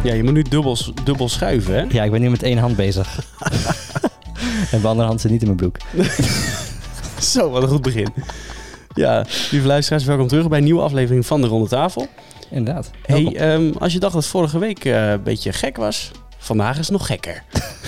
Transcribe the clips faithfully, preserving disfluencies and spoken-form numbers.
Ja, je moet nu dubbel, dubbel schuiven, hè? Ja, ik ben nu met één hand bezig. En de andere hand zit niet in mijn broek. Zo, wat een goed begin. Ja, lieve luisteraars, welkom terug bij een nieuwe aflevering van de Ronde Tafel. Inderdaad. Hey, um, als je dacht dat vorige week uh, een beetje gek was, vandaag is het nog gekker.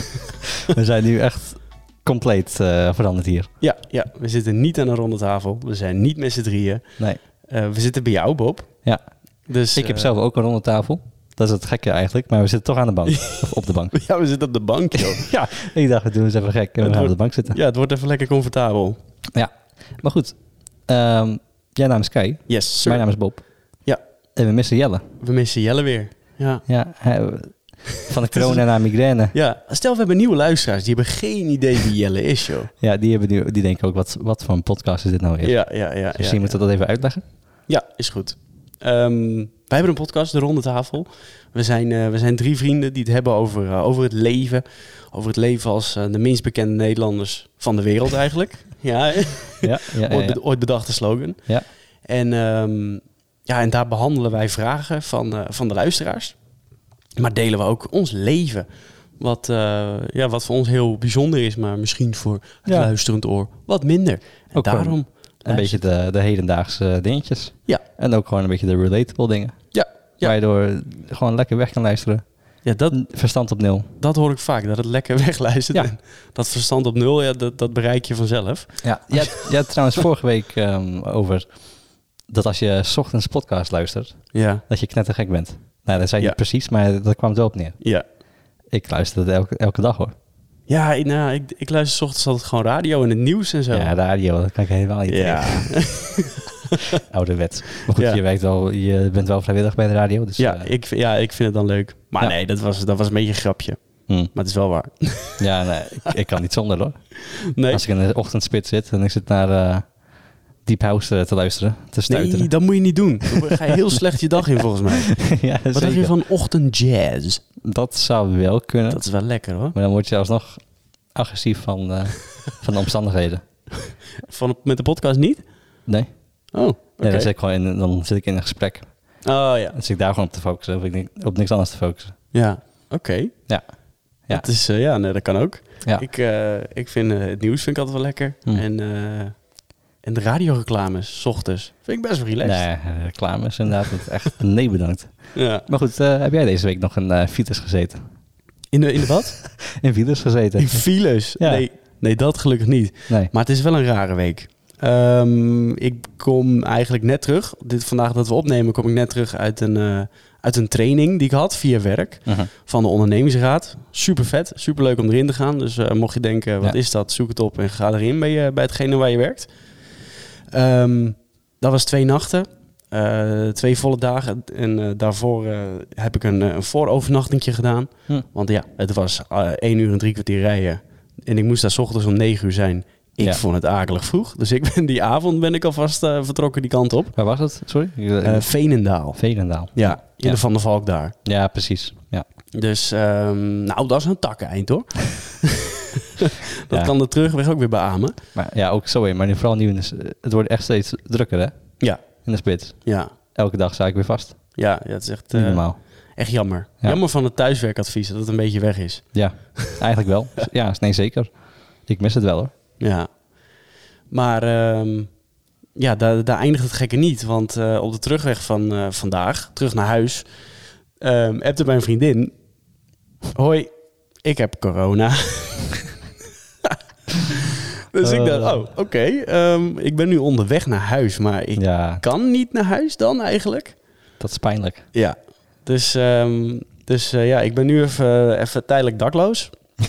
We zijn nu echt compleet uh, veranderd hier. Ja, ja, we zitten niet aan een ronde tafel. We zijn niet met z'n drieën. Nee. Uh, we zitten bij jou, Bob. Ja. Dus, ik heb uh, zelf ook een ronde tafel. Dat is het gekke eigenlijk. Maar we zitten toch aan de bank. Of op de bank. Ja, we zitten op de bank, joh. Ja, ik dacht, we doen eens even gek. En we gaan wordt, op de bank zitten. Ja, het wordt even lekker comfortabel. Ja, maar goed. Um, jij naam is Kai. Yes, sir. Mijn naam is Bob. Ja. En we missen Jelle. We missen Jelle weer. Ja. Ja, hij, van de corona naar migraine. Ja, stel we hebben nieuwe luisteraars. Die hebben geen idee wie Jelle is, joh. Ja, die, hebben nu, die denken ook, wat, wat voor een podcast is dit nou weer? Ja, ja, ja. Dus misschien ja, moeten we ja. dat even uitleggen. Ja, is goed. Um, wij hebben een podcast, de Ronde Tafel. We zijn, uh, we zijn drie vrienden die het hebben over, uh, over het leven. Over het leven als uh, de minst bekende Nederlanders van de wereld eigenlijk. Ja, ja, ja, ja, ooit, ja. be- ooit bedachte slogan. Ja. En, um, ja, en daar behandelen wij vragen van, uh, van de luisteraars. Maar delen we ook ons leven. Wat, uh, ja, wat voor ons heel bijzonder is, maar misschien voor het Ja. luisterend oor wat minder. En Ook daarom... gewoon een beetje de, de hedendaagse dingetjes. Ja. En ook gewoon een beetje de relatable dingen. Ja. ja. Waar je door gewoon lekker weg kan luisteren. Ja, dat, Verstand op nul. dat hoor ik vaak, dat het lekker wegluistert. Ja. En dat verstand op nul, ja, dat, dat bereik je vanzelf. Ja, je had, je had trouwens vorige week um, over dat als je 's ochtends podcast luistert, Ja, dat je knettergek bent. Nou, dat zei je Ja. niet precies, maar dat kwam het wel op neer. ja. Ik luister het elke, elke dag hoor. Ja, ik, nou, ik, ik luister 's ochtends altijd gewoon radio en het nieuws en zo. Ja, radio, dat kan ik helemaal niet Ja. tegen. Ouderwets. Maar goed, Ja. je, werkt wel, je bent wel vrijwillig bij de radio. Dus, Ja, uh, ik, ja, ik vind het dan leuk. Maar Ja. nee, dat was, dat was een beetje een grapje. hmm. Maar het is wel waar. Ja, nee, ik, ik kan niet zonder hoor. Nee, Als ik in de ochtendspit zit en ik zit naar uh, Deep House uh, te luisteren, te stuiteren. nee, dat moet je niet doen. Dan ga je heel slecht je dag in volgens mij. Ja, Wat dacht je van ochtendjazz? Dat zou wel kunnen. Dat is wel lekker hoor. Maar dan word je alsnog agressief van, uh, van de omstandigheden. Van, met de podcast niet? Nee. Oh, oké. Nee, dan, zit ik gewoon in, dan zit ik in een gesprek. Oh ja. Dan zit ik daar gewoon op te focussen. Of ik denk, op niks anders te focussen. Ja, oké. Ja. Ja. Dat is, uh, ja, nee, dat kan ook. Ja. Ik, uh, ik vind uh, het nieuws vind ik altijd wel lekker. Hmm. En, uh, en de radioreclames, 's ochtends, vind ik best wel relaxed. Nee, reclame is inderdaad het echt nee bedankt. Ja. Maar goed, uh, heb jij deze week nog in uh, files gezeten? In de, in de wat? In files gezeten? In files? Ja. Nee, nee, dat gelukkig niet. Nee. Maar het is wel een rare week. Um, ik kom eigenlijk net terug. Dit vandaag dat we opnemen, kom ik net terug uit een, uh, uit een training die ik had via werk Uh-huh. van de ondernemingsraad. Super vet, super leuk om erin te gaan. Dus uh, mocht je denken, wat Ja. is dat? Zoek het op en ga erin bij, uh, bij hetgene waar je werkt. Um, dat was twee nachten. Uh, twee volle dagen. En uh, daarvoor uh, heb ik een, een voorovernachtingje gedaan. Hm. Want ja, het was uh, één uur en drie kwartier rijden. En ik moest daar 's ochtends om negen uur zijn. Ik Ja. vond het akelig vroeg. Dus ik ben die avond ben ik alvast uh, vertrokken die kant op. Waar was het? Sorry? Uh, Veenendaal. Veenendaal. Ja, in Ja. de Van der Valk daar. Ja, precies. Ja. Dus, um, nou, dat is een takkeneind hoor. dat Ja. kan de terugweg ook weer beamen. Maar ja, ook zo weer. Maar nu vooral nu, in de, het wordt echt steeds drukker hè? Ja, In de spits. ja. Elke dag sta ik weer vast. Ja, ja, het is echt, Niet uh, normaal. echt jammer. Ja. Jammer van het thuiswerkadvies dat het een beetje weg is. Ja, eigenlijk wel. Ja, nee, zeker. Ik mis het wel hoor. Ja. Maar um, ja, daar, daar eindigt het gekke niet. Want uh, op de terugweg van uh, vandaag, terug naar huis, um, appte mijn vriendin: hoi, ik heb corona. Dus uh. ik dacht, oh, oké. Okay, um, ik ben nu onderweg naar huis, maar ik Ja, kan niet naar huis dan eigenlijk. dat is pijnlijk. Ja, dus, um, dus uh, ja, ik ben nu even, even tijdelijk dakloos.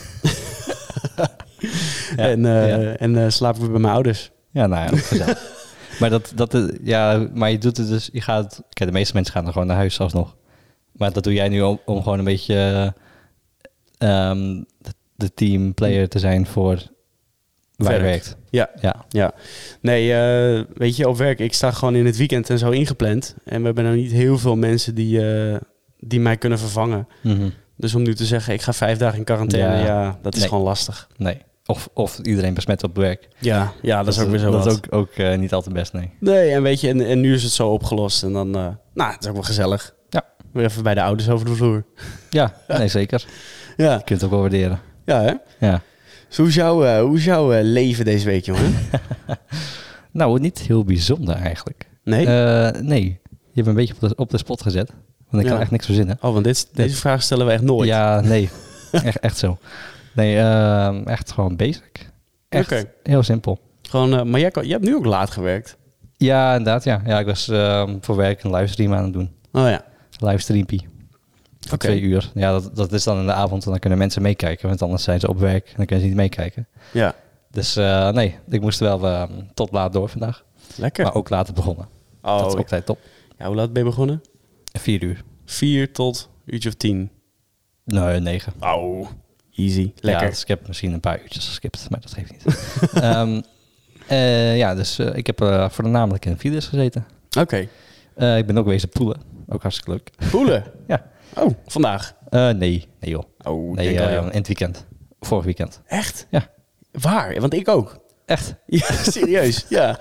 Ja, en uh, ja. en uh, slaap ik weer bij mijn ouders. Ja, nou ja, ook gezellig. Maar dat, dat, ja, maar je doet het dus, je gaat, kijk, de meeste mensen gaan dan gewoon naar huis alsnog. Maar dat doe jij nu om, om gewoon een beetje um, de, de teamplayer te zijn voor waar je Werk. werkt. Ja. Ja. Ja, nee, uh, weet je, op werk, ik sta gewoon in het weekend en zo ingepland. En we hebben nou niet heel veel mensen die, uh, die mij kunnen vervangen. Mm-hmm. Dus om nu te zeggen, ik ga vijf dagen in quarantaine, ja, Ja. dat is Nee. gewoon lastig. Nee. Of, of iedereen besmet op werk. Ja, ja dat, is ook weer zo Dat wat. is ook, ook uh, niet altijd best, nee. Nee, en weet je, en, en nu is het zo opgelost. En dan, uh, nou, het is ook wel gezellig. Ja. Weer even bij de ouders over de vloer. Ja, nee, zeker. Ja, Je kunt het ook wel waarderen. ja hè? Ja. Dus hoe is jouw, uh, hoe is jouw uh, leven deze week, jongen? Nou, niet heel bijzonder eigenlijk. Nee? Uh, nee, je hebt me een beetje op de, op de spot gezet. Want ik Ja. kan echt niks verzinnen. Oh, want dit, deze vraag stellen we echt nooit. Ja, nee. echt, echt zo. Nee, uh, echt gewoon basic. Echt Oké. heel simpel. Gewoon, uh, maar jij, kan- jij hebt nu ook laat gewerkt. Ja, inderdaad. Ja, ja ik was uh, voor werk een livestream aan het doen. Oh ja. Livestreampie. Voor Oké. twee uur. Ja, dat, dat is dan in de avond. En dan kunnen mensen meekijken. Want anders zijn ze op werk. En dan kunnen ze niet meekijken. Ja, Dus uh, nee, ik moest wel uh, tot laat door vandaag. lekker. Maar ook later begonnen. Oh, dat is altijd top. ja, hoe laat ben je begonnen? Vier uur. Vier tot uurtje of tien. Nee, negen. Oh, easy. Lekker. Ja, dus ik heb misschien een paar uurtjes geskipt, maar dat geeft niet. um, uh, ja, dus uh, ik heb uh, voornamelijk in files gezeten. Oké. Uh, ik ben ook wezen poelen. Ook hartstikke leuk. Poelen? Ja. Oh, vandaag? Uh, nee, nee joh. Oh, Nee, denk al, uh, joh. in het weekend. Vorig weekend. Echt? Ja. Waar? Want ik ook. Echt? Ja, serieus. Ja.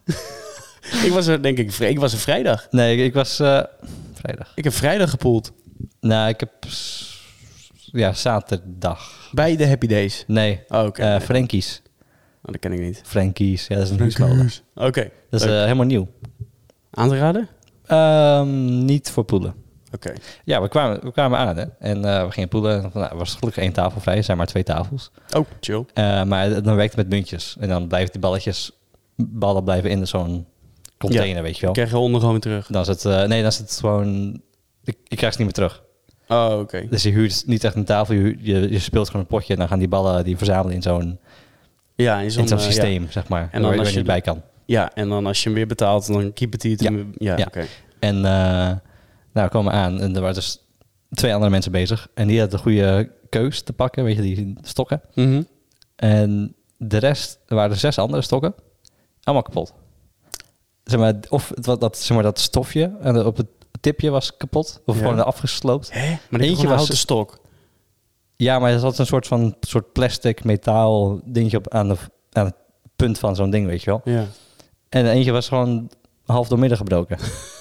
ik was er, denk ik, vri- ik was er vrijdag. Nee, ik, ik was uh, vrijdag. Ik heb vrijdag gepoeld. Nou, ik heb s- ja, zaterdag. Bij de Happy Days. Nee, Oh, oké. uh, Frankie's. Oh, dat ken ik niet. Frankie's, ja, dat is een huismelder. Oké. Dat is Leuk. uh, helemaal nieuw. Aan te raden? Um, niet voor poelen. Oké. Ja, we kwamen, we kwamen aan hè. En uh, we gingen poelen. Nou, er was gelukkig één tafel vrij. Er zijn maar twee tafels. Oh, chill. Uh, maar dan werkt het met muntjes. En dan blijven die balletjes, ballen blijven in zo'n container, Ja. weet je wel. Krijg je onder gewoon weer terug. Dan is het, uh, nee, dan is het gewoon, ik, ik krijg ze niet meer terug. Oh, oké. Dus je huurt niet echt een tafel, je, huurt- je, je speelt gewoon een potje en dan gaan die ballen die verzamelen in zo'n, Ja, in zo'n, in zo'n eh, systeem, Ja. zeg maar. dan En waar je als er je niet bij kan. Ja, en dan als je hem weer betaalt, dan keepet hij het. Ja. in- Ja, Ja. oké. En uh, nou, we komen aan en er waren dus twee andere mensen bezig. En die hadden de goede keus te pakken, weet je, die stokken. Mhm. En de rest, er waren er zes andere stokken, allemaal kapot. Zeg maar, of het, wat- dat, zeg maar, dat stofje en op het tipje was kapot, of Ja. gewoon afgesloopt. Hè? Maar Eentje eentje was was- houten stok. Ja, maar er zat een soort van soort plastic, metaal dingetje op aan, de, aan het punt van zo'n ding, weet je wel. Ja. En eentje was gewoon half doormidden gebroken.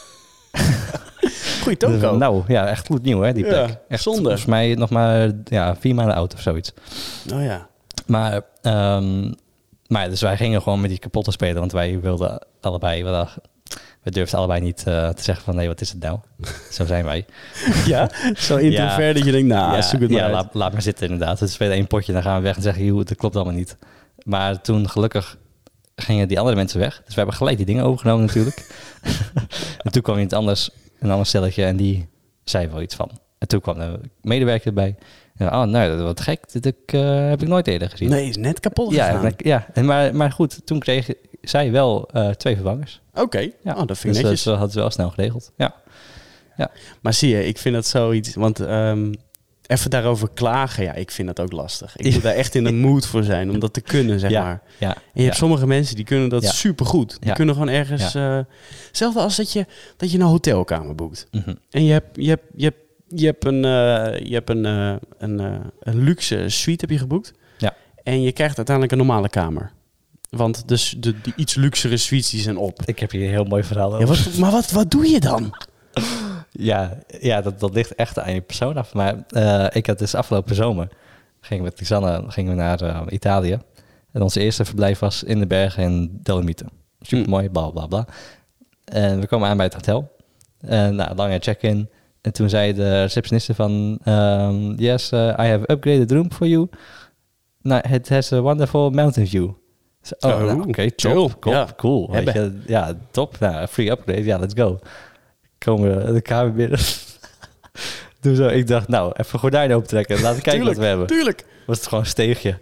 Goeie toko. Nou, ja, echt goed nieuw, hè, die Ja, plek. Echt, zonde. volgens mij nog maar ja, vier maanden oud of zoiets. Oh ja. Maar, ehm, maar dus wij gingen gewoon met die kapotte spelen, want wij wilden allebei, we, dachten- we durfden allebei niet uh, te zeggen van nee, wat is het nou? Zo zijn wij. Ja? Zo introvert Ja. dat je denkt, nou, ja, zoek het maar ja uit. laat, laat maar zitten inderdaad. We spelen één potje, dan gaan we weg en zeggen, joh, dat klopt allemaal niet. Maar toen gelukkig gingen die andere mensen weg. Dus we hebben gelijk die dingen overgenomen natuurlijk. En toen kwam iemand anders, een ander stelletje, en die zei wel iets van. En toen kwam de medewerker erbij. En, oh, nou, dat is wat gek. Dit ik, uh, heb ik nooit eerder gezien. Nee, is net kapot ja, gegaan. en- ja. En maar, maar goed, toen kreeg zij wel uh, twee vervangers. Oké, Ja. oh, dat vind Dus ik netjes. dat hadden ze wel snel geregeld. Ja. Maar zie je, ik vind dat zoiets... Want ehm, even daarover klagen, ja, ik vind dat ook lastig. Ik moet daar echt in de mood voor zijn om dat te kunnen, zeg ja. maar. Ja. En je hebt ja. sommige mensen die kunnen dat Ja. supergoed. Die Ja. kunnen gewoon ergens... eh hetzelfde als dat je, dat je een hotelkamer boekt. Mhm. En je hebt, je hebt, je hebt, je hebt een, eh, je hebt een, eh, een, eh, een luxe suite heb je geboekt. Ja. En je krijgt uiteindelijk een normale kamer. Want dus de, die iets luxere suites die zijn op. Ik heb hier een heel mooi verhaal over. Ja, wat, maar wat, wat doe je dan? Ja, ja dat, dat ligt echt aan je persoon af. Maar uh, ik had dus afgelopen zomer, gingen we met Lisanne gingen we naar uh, Italië. En onze eerste verblijf was in de bergen in Dolomieten. Super mooi, bla bla bla. En we komen aan bij het hotel. En nou, lange check-in. En toen zei de receptioniste van... Um, yes, uh, I have upgraded room for you. Nou, it has a wonderful mountain view. So, oh, Oh, nou, oké, okay, chill. top, cool, Ja. cool. Weet je, ja, top. Nou, free upgrade, ja, let's go. Komen we de kamer binnen. Toen zo, ik dacht, nou, even gordijnen opentrekken. Laten we kijken Tuurlijk, wat we hebben. Tuurlijk. Was het gewoon een steegje.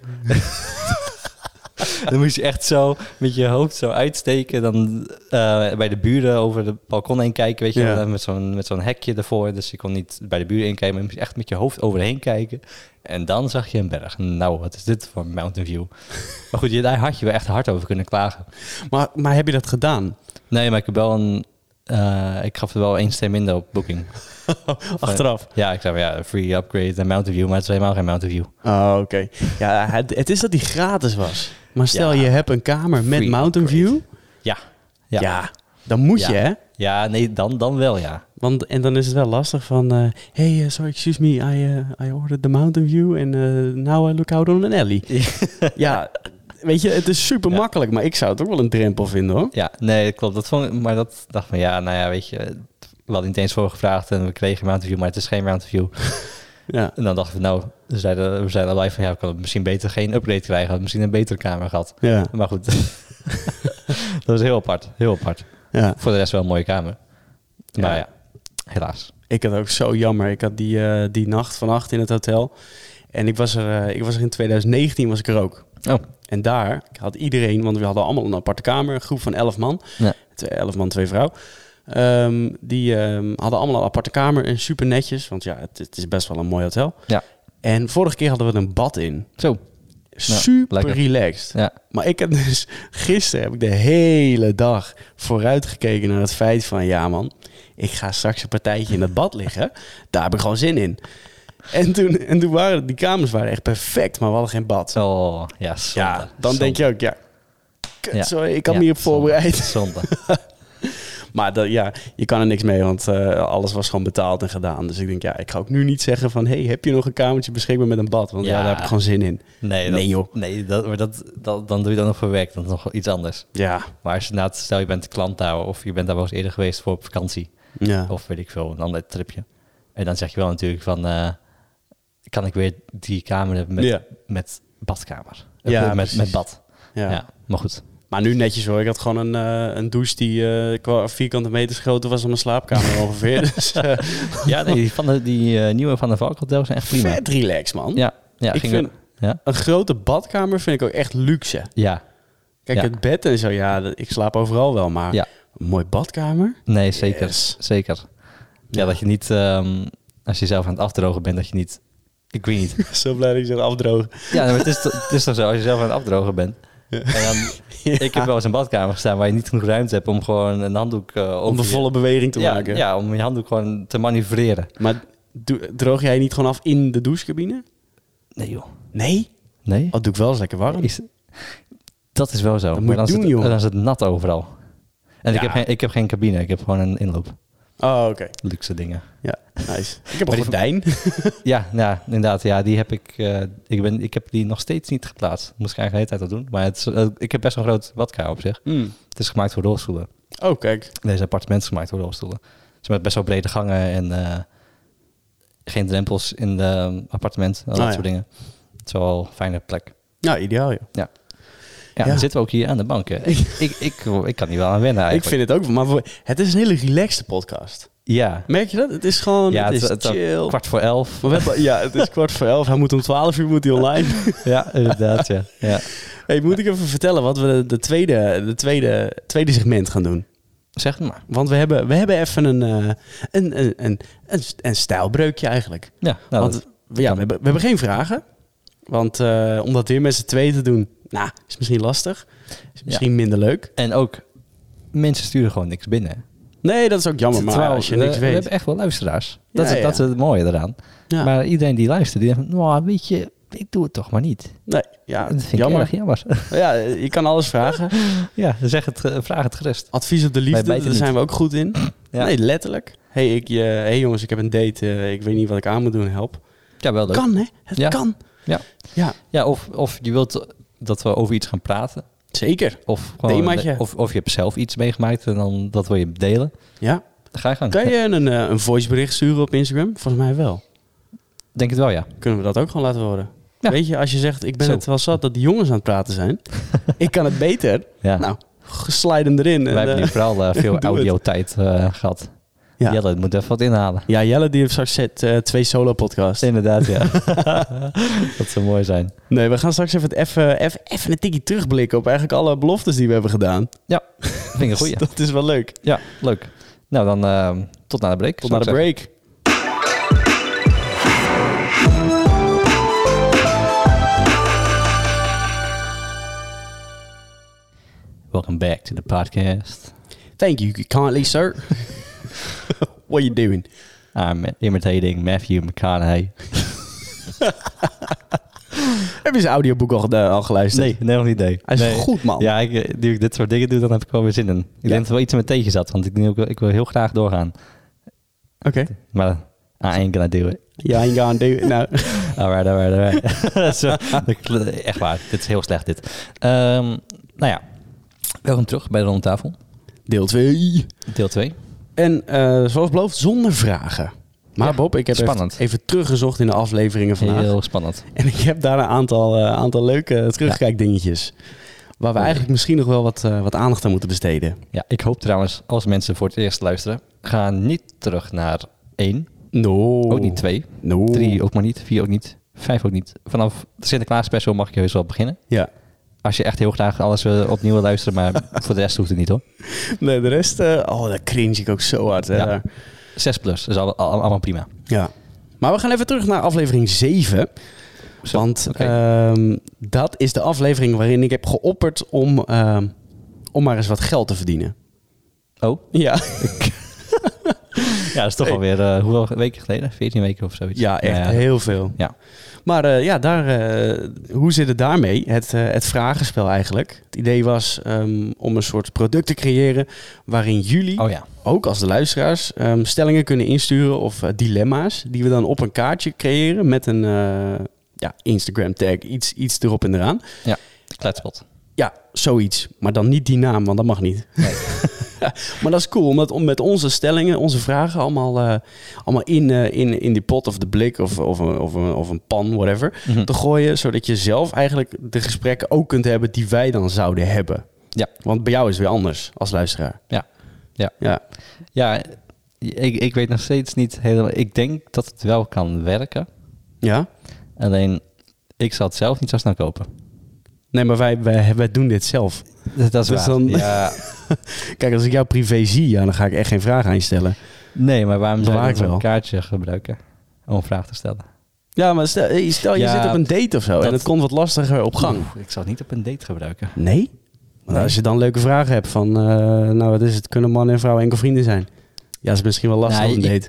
Dan moest je echt zo met je hoofd zo uitsteken. Dan uh, bij de buren over de balkon heen kijken, weet je. Ja. Wel, met zo'n met zo'n hekje ervoor. Dus je kon niet bij de buren inkijken. Maar je moest echt met je hoofd overheen kijken. En dan zag je een berg. Nou, wat is dit voor mountain view? Maar goed, je, daar had je wel echt hard over kunnen klagen. Maar, maar heb je dat gedaan? Nee, maar ik heb wel een... Uh, ik gaf er wel één stem minder op Booking. Achteraf? Ja, ik zei ja, free upgrade en Mountain View, maar het is helemaal geen Mountain View. Oh, oké. Okay. Ja, het, het is dat die gratis was. Maar stel Ja, je hebt een kamer met free Mountain upgrade. View. Ja. Ja. Ja, dan moet ja. je, hè? Ja, nee, dan, dan wel, ja. Want, en dan is het wel lastig van... Uh, hey, uh, sorry, excuse me, I, uh, I ordered the mountain view... and uh, now I look out on an alley. Ja, weet je, het is super ja. makkelijk... maar ik zou het ook wel een drempel vinden, hoor. Ja, nee, klopt. Dat vond ik, maar dat dacht van, ja, nou ja, weet je... we hadden niet eens voor gevraagd en we kregen een mountain view... maar het is geen mountain view. Ja. En dan dachten we, nou, we zeiden, we zeiden allebei van... ja, we kunnen misschien beter geen upgrade krijgen... had misschien een betere camera gehad. Ja. Maar goed, dat was heel apart, heel apart. Ja. Voor de rest wel een mooie kamer. Maar ja, ja helaas. Ik had ook zo jammer. Ik had die, uh, die nacht vannacht in het hotel. En ik was er, uh, ik was er in twintig negentien was ik er ook. Oh. En daar had iedereen, want we hadden allemaal een aparte kamer. Een groep van elf man. Ja. Twee, elf man, twee vrouw. Um, die um, hadden allemaal een aparte kamer. En super netjes. Want ja, het, het is best wel een mooi hotel. Ja. En vorige keer hadden we een bad in. Zo. Super ja, relaxed. Ja. Maar ik heb dus gisteren heb ik de hele dag vooruit gekeken naar het feit van... ja man, ik ga straks een partijtje in het bad liggen. Daar heb ik gewoon zin in. En toen, en toen waren die kamers waren echt perfect, maar we hadden geen bad. Oh, ja, zonde. Ja, dan zonde. Denk je ook, ja, kut, ja. Sorry, ik had ja, me hierop voorbereid. Zonde. Maar dat, ja, je kan er niks mee, want uh, alles was gewoon betaald en gedaan. Dus ik denk, ja, ik ga ook nu niet zeggen van... hey, heb je nog een kamertje beschikbaar met een bad? Want ja, ja daar heb ik gewoon zin in. Nee, dat, nee joh. Nee, dat, maar dat, dat, dan doe je dan nog voor werk. Dan is nog iets anders. Ja. Maar als je na stel je bent klant daar... of je bent daar wel eens eerder geweest voor op vakantie... Ja. Of weet ik veel, een ander tripje. En dan zeg je wel natuurlijk van... Uh, kan ik weer die kamer hebben met, ja. met badkamer? Ja, met, met bad. Ja. Ja, maar goed... Maar nu netjes hoor. Ik had gewoon een, uh, een douche die uh, qua vierkante meters groter was dan mijn slaapkamer ongeveer. Dus, uh, ja, nee, die, van de, die uh, nieuwe Van der Valk hotels zijn echt prima. Vet relaxed, man. Ja, ja, ik vind er, ja? een grote badkamer vind ik ook echt luxe. Ja. Kijk, ja. het bed en zo, ja, ik slaap overal wel, maar ja. een mooi badkamer? Nee, zeker. Yes. Zeker. Ja, ja, dat je niet, um, als je zelf aan het afdrogen bent, dat je niet... Ik weet niet. Zo blij dat je zegt afdrogen. Ja, maar het is, het is toch zo, als je zelf aan het afdrogen bent... Ja. En dan, ja. Ik heb wel eens een badkamer gestaan waar je niet genoeg ruimte hebt om gewoon een handdoek... Uh, om de volle beweging te ja, maken. Ja, om je handdoek gewoon te manoeuvreren. Maar do, droog jij niet gewoon af in de douchecabine? Nee joh. Nee? Nee. Dat doe ik wel eens lekker warm. Is, dat is wel zo. Dat maar dan, doen, is het, dan is het nat overal. En ja. ik, heb geen, ik heb geen cabine, ik heb gewoon een inloop. Oh, oké. Okay. Luxe dingen. Ja, nice. Ik heb een gordijn. Ja, ja, inderdaad. Ja, die heb ik... Uh, ik, ben, ik heb die nog steeds niet geplaatst. Moest ik eigenlijk de hele tijd al doen. Maar het is, uh, ik heb best wel een groot badkamer op zich. Mm. Het is gemaakt voor rolstoelen. Oh, kijk. Deze appartement is gemaakt voor rolstoelen. Dus met best wel brede gangen en uh, geen drempels in de appartement. En dat oh, soort ja. dingen. Het is wel een fijne plek. Ja, ideaal, joh. Ja. Ja, ja, dan zitten we ook hier aan de bank. Hè. Ik, ik, ik, ik kan hier wel aan wennen eigenlijk. Ik vind het ook, maar voor, het is een hele relaxte podcast. Ja. Merk je dat? Het is gewoon, ja, het is het, chill. Het kwart voor elf. Maar we hebben, ja, het is kwart voor elf. Hij moet om twaalf uur moet hij online. Ja, inderdaad, ja. ja. Hey, moet ik even vertellen wat we de tweede, de tweede, tweede segment gaan doen? Zeg het maar. Want we hebben, we hebben even een, uh, een, een, een, een, een stijlbreukje eigenlijk. Ja. Nou, Want dat, ja, we, hebben, we hebben geen vragen. Want uh, om dat weer met z'n tweeën te doen... Nou, is misschien lastig. Is misschien ja. minder leuk. En ook, mensen sturen gewoon niks binnen. Nee, dat is ook jammer, maar Terwijl, als je niks we, weet... We hebben echt wel luisteraars. Dat, ja, is, ja. dat is het mooie eraan. Ja. Maar iedereen die luistert, die denkt van... Nou, weet je, ik doe het toch maar niet. Nee, ja, dat vind jammer. ik erg jammer. Ja, je kan alles vragen. Ja, zeg het, vraag het gerust. Advies op de liefde, daar niet. zijn we ook goed in. Ja. Nee, letterlijk. Hey, ik, uh, hey jongens, ik heb een date. Uh, ik weet niet wat ik aan moet doen, help. Ja, wel leuk. Kan, hè? Het ja. kan. Ja, ja. ja of, of je wilt... dat we over iets gaan praten. Zeker. Of, gewoon, of, of je hebt zelf iets meegemaakt en dan dat wil je delen. Ja. Dan ga je gang. Kan je een, een voicebericht sturen op Instagram? Volgens mij wel. Denk het wel, ja. Kunnen we dat ook gewoon laten horen? Ja. Weet je, als je zegt, ik ben Zo. het wel zat dat die jongens aan het praten zijn. Ik kan het beter. Ja. Nou, slide hem erin. Wij en, hebben uh, hier vooral uh, veel audio-tijd uh, gehad. Ja. Jelle moet even wat inhalen. Ja, Jelle die heeft straks set, uh, twee solo-podcasts. Inderdaad, ja. Dat zou mooi zijn. Nee, we gaan straks even, even, even, even een tikkie terugblikken op eigenlijk alle beloftes die we hebben gedaan. Ja, vind ik een goeie. Dat is wel leuk. Ja, leuk. Nou, dan uh, tot na de break. Tot na de break. Welcome back to the podcast. Thank you kindly, sir. What are you doing? I'm imitating Matthew McConaughey. Heb je zijn audioboek al, uh, al geluisterd? Nee, nee, nog niet. Nee. Hij is nee. goed, man. Ja, ik, nu ik dit soort dingen doe, dan heb ik wel weer zin in. Ik ja. denk dat er wel iets in mijn tegen zat, want ik, ik, ik wil heel graag doorgaan. Oké. Okay. Maar I ain't gonna do it. Ja, ain't gonna do it. Nou. Alright, alright, alright. Zo, echt waar, dit is heel slecht dit. Um, nou ja, welkom terug bij de Ronde Tafel. Deel twee. Deel twee. En uh, zoals beloofd, zonder vragen. Maar ja, Bob, ik heb even, even teruggezocht in de afleveringen vandaag. Heel spannend. En ik heb daar een aantal, uh, aantal leuke terugkijkdingetjes. Waar we oh. eigenlijk misschien nog wel wat, uh, wat aandacht aan moeten besteden. Ja, ik hoop trouwens, als mensen voor het eerst luisteren, ga niet terug naar één. No. Ook niet twee. No. Drie ook maar niet. Vier ook niet. Vijf ook niet. Vanaf de Sinterklaas special mag je heus wel beginnen. Ja. Als je echt heel graag alles uh, opnieuw wil luisteren, maar voor de rest hoeft het niet hoor. Nee, de rest, uh, oh, daar cringe ik ook zo hard. Hè. Ja. Zes plus, dat is al, al, allemaal prima. Ja. Maar we gaan even terug naar aflevering zeven. Zo, want okay. um, dat is de aflevering waarin ik heb geopperd om, uh, om maar eens wat geld te verdienen. Oh? Ja. Ja, dat is toch hey. alweer, uh, hoeveel weken geleden? veertien weken of zoiets. Ja, echt ja, ja. heel veel. Ja. Maar uh, ja, daar, uh, hoe zit het daarmee? Het, uh, het vragenspel eigenlijk. Het idee was um, om een soort product te creëren waarin jullie, oh, ja. ook als de luisteraars, um, stellingen kunnen insturen of uh, dilemma's die we dan op een kaartje creëren met een uh, ja, Instagram tag, iets, iets erop en eraan. Ja, kletspot. Ja, zoiets. Maar dan niet die naam, want dat mag niet. Nee. Maar dat is cool, omdat om met onze stellingen, onze vragen allemaal, uh, allemaal in, uh, in, in die pot of de blik of, of, een, of, een, of een pan, whatever, mm-hmm. te gooien, zodat je zelf eigenlijk de gesprekken ook kunt hebben die wij dan zouden hebben. Ja. Want bij jou is het weer anders als luisteraar. Ja. Ja. Ja. Ja, ik, ik weet nog steeds niet helemaal. Ik denk dat het wel kan werken. Ja. Alleen, ik zal het zelf niet zo snel kopen. Nee, maar wij, wij, wij doen dit zelf. Dat, dat is dus waar. Dan, ja. Kijk, als ik jouw privé zie, ja, dan ga ik echt geen vraag aan je stellen. Nee, maar waarom zou je wel een kaartje gebruiken om een vraag te stellen? Ja, maar stel, stel je ja, zit op een date of zo dat, en het komt wat lastiger op gang. Oef, ik zou het niet op een date gebruiken. Nee? Maar nee. Als je dan leuke vragen hebt van, uh, nou wat is het, kunnen man en vrouw enkel vrienden zijn? Ja, dat is misschien wel lastig nou, op een date.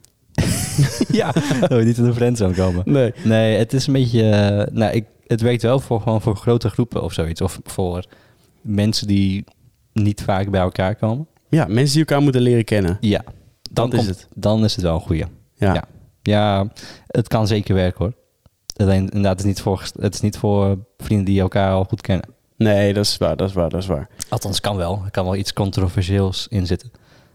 Ja, dat we niet in de friendzone komen. Nee. Nee, het is een beetje, uh, nou, ik, het werkt wel voor, gewoon voor grote groepen of zoiets. Of voor mensen die niet vaak bij elkaar komen. Ja, mensen die elkaar moeten leren kennen. Ja, dan, komt, is, het. dan is het wel een goeie. Ja. Ja. Ja, het kan zeker werken hoor. Alleen inderdaad, het is niet voor, het is niet voor vrienden die elkaar al goed kennen. Nee, dat is waar, dat is waar, dat is waar. Althans, kan wel. Er kan wel iets controversieels in zitten.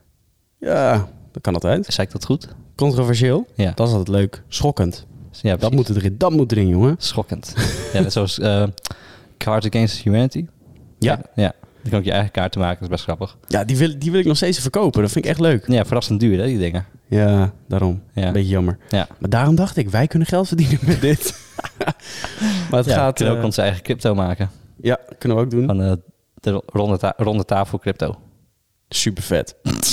Ja, dat kan altijd. Zei ik dat goed? Controversieel? Ja. Dat is altijd leuk. Schokkend. Ja, dat moet erin, dat moet erin, jongen. Schokkend. Ja, net zoals uh, Cards Against Humanity. Ja. Ja. Dan kan ik je eigen kaarten maken, dat is best grappig. Ja, die wil, die wil ik nog steeds verkopen. Dat vind ik echt leuk. Ja, verrassend duur, hè, die dingen. Ja, daarom. Ja. Een beetje jammer. Ja. Maar daarom dacht ik, wij kunnen geld verdienen met dit. Maar het ja, gaat... We kunnen uh, ook onze eigen crypto maken. Ja, kunnen we ook doen. Van uh, de ronde, ta- ronde tafel crypto. Super vet.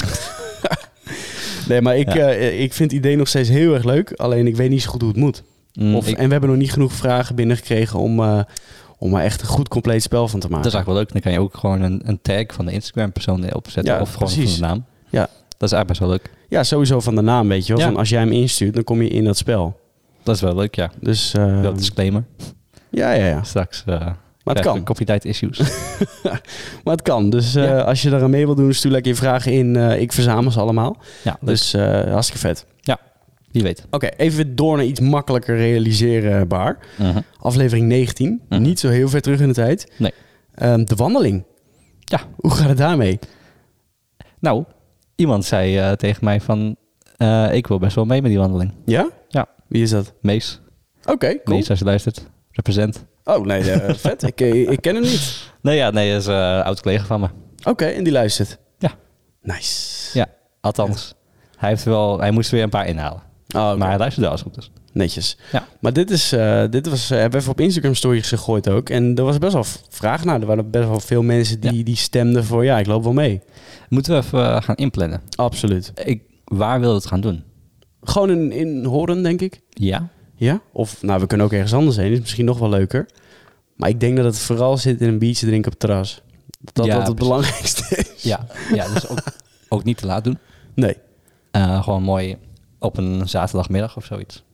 Nee, maar ik, ja. uh, ik vind het idee nog steeds heel erg leuk. Alleen ik weet niet zo goed hoe het moet. Mm, of, ik... En we hebben nog niet genoeg vragen binnengekregen om... Uh, om er echt een goed compleet spel van te maken. Dat is eigenlijk wel leuk. Dan kan je ook gewoon een, een tag van de Instagram-persoon opzetten. Ja, of gewoon precies. Van de naam. Ja. Dat is eigenlijk best wel leuk. Ja, sowieso van de naam, weet je wel. Ja. Van als jij hem instuurt, dan kom je in dat spel. Dat is wel leuk, ja. Dus, uh, dat disclaimer. Ja, ja, ja. Straks uh, maar het kan. Copyright issues. Maar het kan. Dus uh, ja. Als je daar aan mee wil doen, stuur lekker je vragen in. Uh, ik verzamel ze allemaal. Ja, dus uh, hartstikke vet. Ja. Wie weet. Oké, okay, even door naar iets makkelijker realiseerbaar. Uh-huh. Aflevering negentien. Uh-huh. Niet zo heel ver terug in de tijd. Nee. Um, de wandeling. Ja. Hoe gaat het daarmee? Nou, iemand zei uh, tegen mij van... Uh, ik wil best wel mee met die wandeling. Ja? Ja. Wie is dat? Mees. Oké, okay, cool. Mees, als je luistert. Represent. Oh, nee, uh, vet. ik, ik ken hem niet. Nee, ja, nee, dat is een uh, oud-collega van me. Oké, okay, en die luistert? Ja. Nice. Ja, althans. Ja. Hij, heeft wel, hij moest weer een paar inhalen. Oh, okay. Maar hij luistert wel als het goed is. Netjes. Ja. Maar dit, is, uh, dit was, uh, hebben we even op Instagram stories gegooid ook. En er was best wel vraag naar. Er waren best wel veel mensen die, ja. die stemden voor... ja, ik loop wel mee. Moeten we even uh, gaan inplannen? Absoluut. Ik, waar willen we het gaan doen? Gewoon in, in Hoorn, denk ik. Ja. Ja? Of, nou, we kunnen ook ergens anders heen. Dat is misschien nog wel leuker. Maar ik denk dat het vooral zit in een biertje drinken op het terras. Dat ja, dat het belangrijkste is. Ja, ja dus ook, ook niet te laat doen. Nee. Uh, gewoon mooi... op een zaterdagmiddag of zoiets.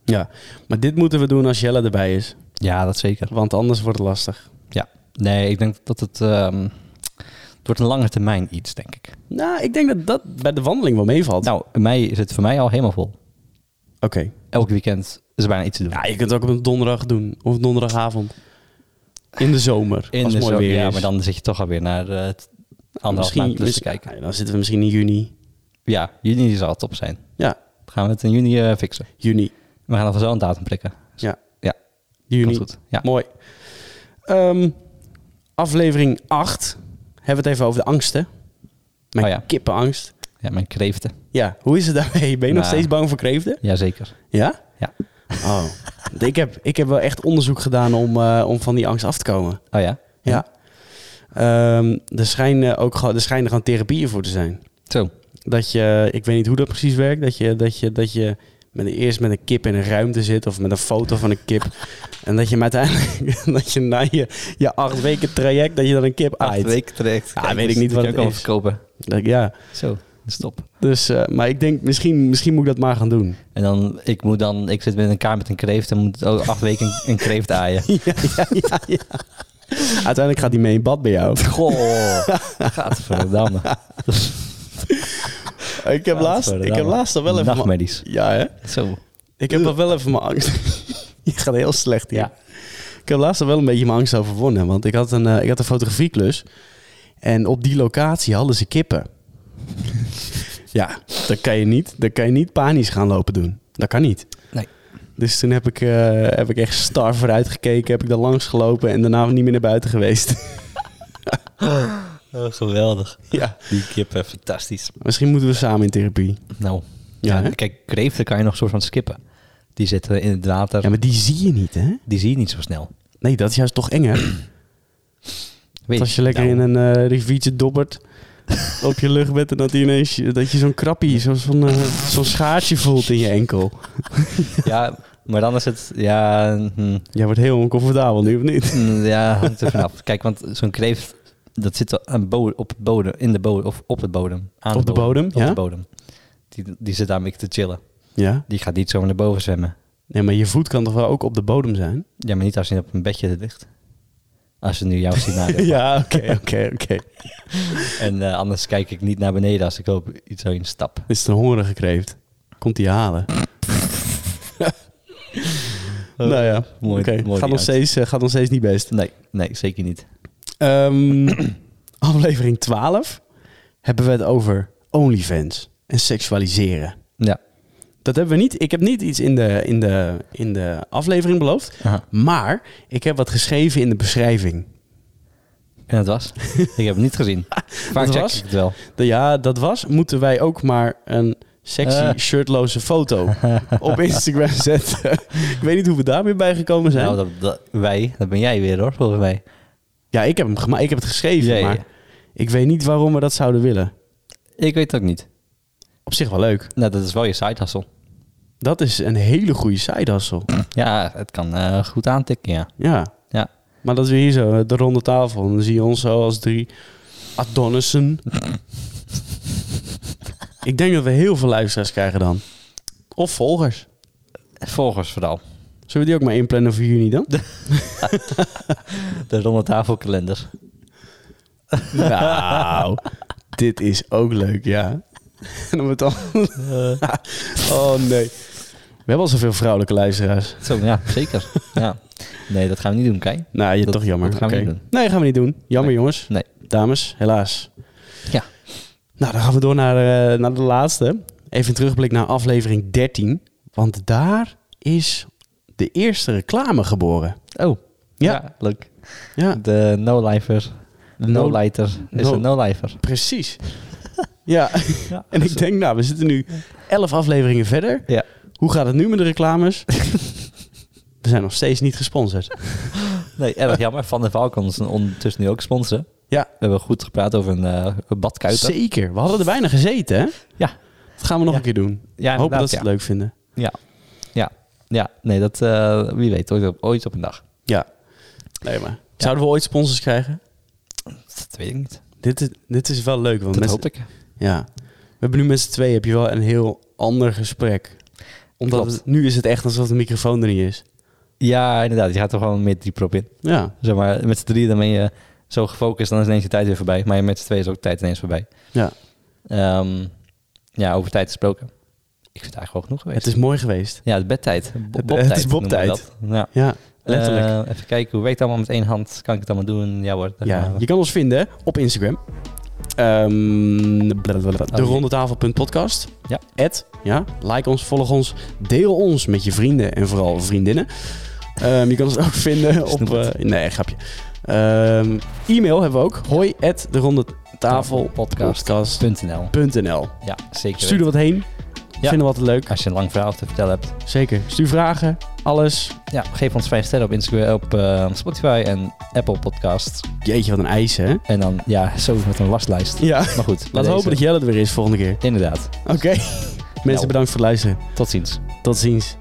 Ja, maar dit moeten we doen als Jelle erbij is. Ja, dat zeker. Want anders wordt het lastig. Ja. Nee, ik denk dat het... Um, het wordt een lange termijn iets, denk ik. Nou, ik denk dat dat bij de wandeling wel meevalt. Nou, in mei is het voor mij al helemaal vol. Oké. Okay. Elk weekend is er bijna iets te doen. Ja, je kunt het ook op een donderdag doen. Of een donderdagavond. In de zomer. In als de mooi zomer, weer ja, is. maar dan zit je toch alweer naar uh, anderhalf maand plus te kijken. Ja, dan zitten we misschien in juni. Ja, juni zal top zijn. Ja. Dan gaan we het in juni uh, fixen. Juni. We gaan alvast wel een datum prikken. Ja. Ja. Juni. Goed. Ja. Mooi. Um, aflevering acht. Hebben we het even over de angsten. Mijn oh, ja. kippenangst. Ja, mijn kreeften. Ja, hoe is het daarmee? Ben je nou, nog steeds bang voor kreeften? Jazeker. Ja? Ja. Oh. ik, heb, ik heb wel echt onderzoek gedaan om, uh, om van die angst af te komen. Oh ja? Ja. Um, er schijnen ook gewoon, er schijnen gewoon therapieën voor te zijn. Zo. Dat je, ik weet niet hoe dat precies werkt, dat je, dat je, dat je met, eerst met een kip in een ruimte zit of met een foto van een kip. En dat je hem uiteindelijk, dat je na je, je acht weken traject, dat je dan een kip aait. Acht weken traject. Ja, Kijk, weet ik niet wat het is. Verkopen. Dat, ja. Zo, stop. Dus, uh, maar ik denk, misschien, misschien moet ik dat maar gaan doen. En dan, ik moet dan, ik zit met een kamer met een kreeft en moet ook acht weken een, een kreeft aaien. Ja, ja, ja, ja. Uiteindelijk gaat hij mee in bad bij jou. Goh, gadverdamme. Ik heb laatst, ik heb laatst al wel even... Nachtmerries. Ja, hè? Zo. Ik heb al wel even mijn angst... Je gaat heel slecht hier. Ja. Ik heb laatst al wel een beetje mijn angst overwonnen. Want ik had een, uh, ik had een fotografieklus. En op die locatie hadden ze kippen. Ja, dat kan je niet. Dat kan je niet panisch gaan lopen doen. Dat kan niet. Nee. Dus toen heb ik, uh, heb ik echt star vooruit gekeken. Heb ik daar langs gelopen en daarna niet meer naar buiten geweest. Oh, geweldig. Ja. Die kippen, fantastisch. Misschien moeten we samen in therapie. Nou, ja, ja, kijk, kreeften kan je nog soort van skippen. Die zitten in het water. Ja, maar die zie je niet, hè? Die zie je niet zo snel. Nee, dat is juist toch enger. Weet als je lekker nou. in een uh, riviertje dobbert op je lucht bent en dat, die ineens, dat je zo'n krappie, zo, zo'n, uh, zo'n schaartje voelt in je enkel. Ja, maar dan is het... Ja, hm. Jij wordt heel oncomfortabel nu, of niet? Ja, hangt er vanaf. Kijk, want zo'n kreeft, dat zit aan bodem, op het bodem, in de bodem, of op het bodem. Aan op de bodem, bodem Op ja? de bodem. Die, die zit daar een beetje te chillen. Ja? Die gaat niet zo naar boven zwemmen. Nee, maar je voet kan toch wel ook op de bodem zijn? Ja, maar niet als je op een bedje ligt. Als je nu jouw scenario ja, oké, oké, oké. Okay. En uh, anders kijk ik niet naar beneden als ik op iets zo in stap. Is het een hongerige kreeft? Komt die halen? Oh, nou ja, mooi. Okay. mooi gaat, nog steeds, uh, gaat nog steeds niet best. Nee, nee, zeker niet. Um, aflevering twaalf hebben we het over OnlyFans en seksualiseren. Ja. Dat hebben we niet. Ik heb niet iets in de, in de, in de aflevering beloofd. Aha. Maar ik heb wat geschreven in de beschrijving. En dat was? Ik heb het niet gezien. Vaak dat check was? ik het wel. De, ja, dat was. Moeten wij ook maar een sexy, uh. shirtloze foto op Instagram zetten. Ik weet niet hoe we daar weer bij gekomen zijn. Nou, dat, dat, wij, dat ben jij weer hoor, volgens mij. Ja, ik heb, hem gema- ik heb het geschreven, ja, maar ja. ik weet niet waarom we dat zouden willen. Ik weet het ook niet. Op zich wel leuk. Nou, dat is wel je side hustle. Dat is een hele goede side hustle. Ja, het kan uh, goed aantikken, ja. Ja. ja. Maar dat is weer hier zo, de ronde tafel. En dan zie je ons zo als drie Adonissen. Ik denk dat we heel veel luisteraars krijgen dan. Of volgers. Volgers vooral. Zullen we die ook maar inplannen voor juni dan? De ronde tafelkalender. Nou, dit is ook leuk, ja. En dan dan... oh nee. We hebben al zoveel vrouwelijke luisteraars. Zo, ja, zeker. Ja. Nee, dat gaan we niet doen, Kai. Nou, je dat, toch jammer. Dat gaan okay. we niet doen. Nee, gaan we niet doen. Jammer, nee. jongens. Nee. Dames, helaas. Ja. Nou, dan gaan we door naar, uh, naar de laatste. Even een terugblik naar aflevering dertien. Want daar is de eerste reclame geboren. Oh, ja, ja leuk. Ja. De no-lifer. De no-lighter is no- een no-lifer. Precies. Ja. ja. En ik denk, nou, we zitten nu elf afleveringen verder. Ja. Hoe gaat het nu met de reclames? We zijn nog steeds niet gesponsord. Nee, erg jammer. Van der Valk ons ondertussen nu ook sponsoren. Ja. We hebben goed gepraat over een, uh, een badkuiper. Zeker. We hadden er bijna gezeten, hè? Ja. Dat gaan we nog ja. een keer doen. Ja, hopen dat ze ja. het leuk vinden. Ja. Ja. Ja. Nee, dat... Uh, wie weet. Ooit op, ooit op een dag. Ja. Nee, maar... Ja. Zouden we ooit sponsors krijgen? Dat weet ik niet. Dit is, dit is wel leuk. Want dat met hoop ik. Ja. We hebben nu met z'n tweeën heb je wel een heel ander gesprek. Omdat Klopt. het, nu is het echt alsof de microfoon er niet is. Ja, inderdaad. Je gaat er gewoon meer diep op in. Ja, Zeg maar, met z'n drieën dan ben je zo gefocust, dan is ineens de tijd weer voorbij. Maar met z'n tweeën is ook de tijd ineens voorbij. ja. Ehm, ja, over tijd gesproken. Ik vind het eigenlijk wel genoeg geweest. Het is mooi geweest. Ja, het bedtijd. Bo- Het- Bobtijd het is noemen we bobtijd. dat. Ja. Ja, letterlijk. Eh, even kijken, hoe werkt het allemaal met één hand? Kan ik het allemaal doen? Ja hoor. daar ja, gaan we. je kan ons vinden op Instagram. Ehm blablabla, de rondetafel.podcast. Ja. Ed, ja. Like ons, volg ons. Deel ons met je vrienden en vooral vriendinnen. Ehm, je kan ons ook vinden op... Snoep het. eh, nee, grapje. Ehm, e-mail hebben we ook. Hoi at de rondetafelpodcast Punt N L. punt n l. Ja, zeker. Stuur er wat heen. Ja. Vinden we altijd leuk. Als je een lang verhaal te vertellen hebt. Zeker. Stuur vragen. Alles. Ja, geef ons vijf sterren op Instagram, op eh, Spotify en Apple Podcasts. Jeetje, wat een ijs, hè? En dan, ja, zo met een waslijst. Ja. Maar goed. bij Laten we deze- hopen dat Jelle er weer is volgende keer. Inderdaad. Oké. Mensen, bedankt voor het luisteren. Tot ziens. Tot ziens.